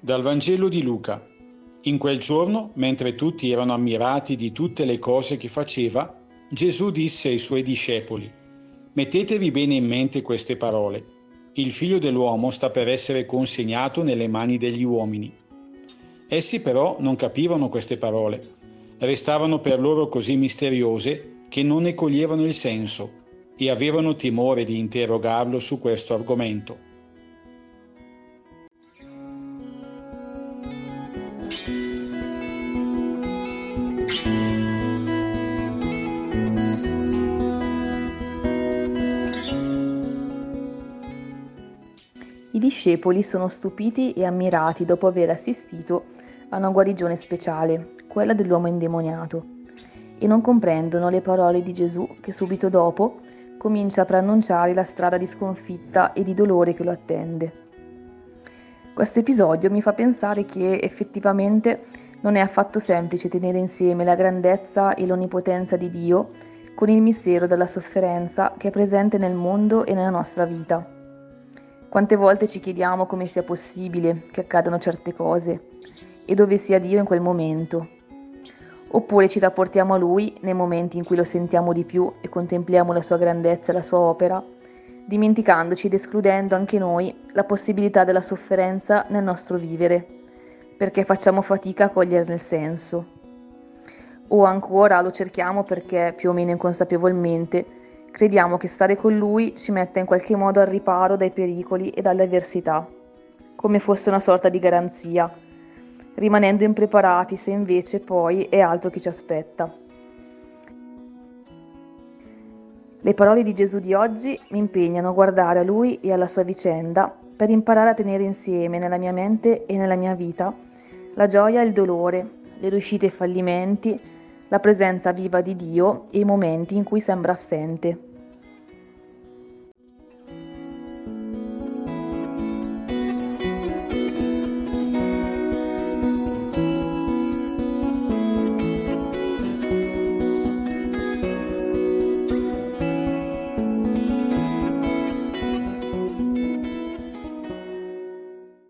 Dal Vangelo di Luca. In quel giorno, mentre tutti erano ammirati di tutte le cose che faceva, Gesù disse ai suoi discepoli: «Mettetevi bene in mente queste parole. Il Figlio dell'uomo sta per essere consegnato nelle mani degli uomini». Essi però non capivano queste parole. Restavano per loro così misteriose che non ne coglievano il senso e avevano timore di interrogarlo su questo argomento. I discepoli sono stupiti e ammirati dopo aver assistito a una guarigione speciale, quella dell'uomo indemoniato, e non comprendono le parole di Gesù che subito dopo comincia a preannunciare la strada di sconfitta e di dolore che lo attende. Questo episodio mi fa pensare che effettivamente non è affatto semplice tenere insieme la grandezza e l'onnipotenza di Dio con il mistero della sofferenza che è presente nel mondo e nella nostra vita. Quante volte ci chiediamo come sia possibile che accadano certe cose e dove sia Dio in quel momento. Oppure ci rapportiamo a Lui nei momenti in cui lo sentiamo di più e contempliamo la sua grandezza e la sua opera, dimenticandoci ed escludendo anche noi la possibilità della sofferenza nel nostro vivere, perché facciamo fatica a coglierne il senso. O ancora lo cerchiamo perché, più o meno inconsapevolmente, crediamo che stare con Lui ci metta in qualche modo al riparo dai pericoli e dalle avversità, come fosse una sorta di garanzia, rimanendo impreparati se invece poi è altro che ci aspetta. Le parole di Gesù di oggi mi impegnano a guardare a Lui e alla sua vicenda per imparare a tenere insieme nella mia mente e nella mia vita la gioia e il dolore, le riuscite e i fallimenti, la presenza viva di Dio e i momenti in cui sembra assente.